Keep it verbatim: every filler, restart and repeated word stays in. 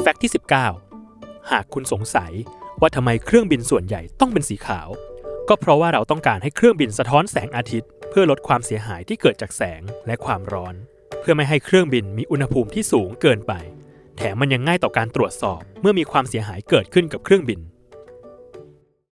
แฟกต์ที่สิบเก้าหากคุณสงสัยว่าทำไมเครื่องบินส่วนใหญ่ต้องเป็นสีขาวก็เพราะว่าเราต้องการให้เครื่องบินสะท้อนแสงอาทิตย์เพื่อลดความเสียหายที่เกิดจากแสงและความร้อนเพื่อไม่ให้เครื่องบินมีอุณหภูมิที่สูงเกินไปแถมมันยังง่ายต่อการตรวจสอบเมื่อมีความเสียหายเกิดขึ้นกับเครื่องบิน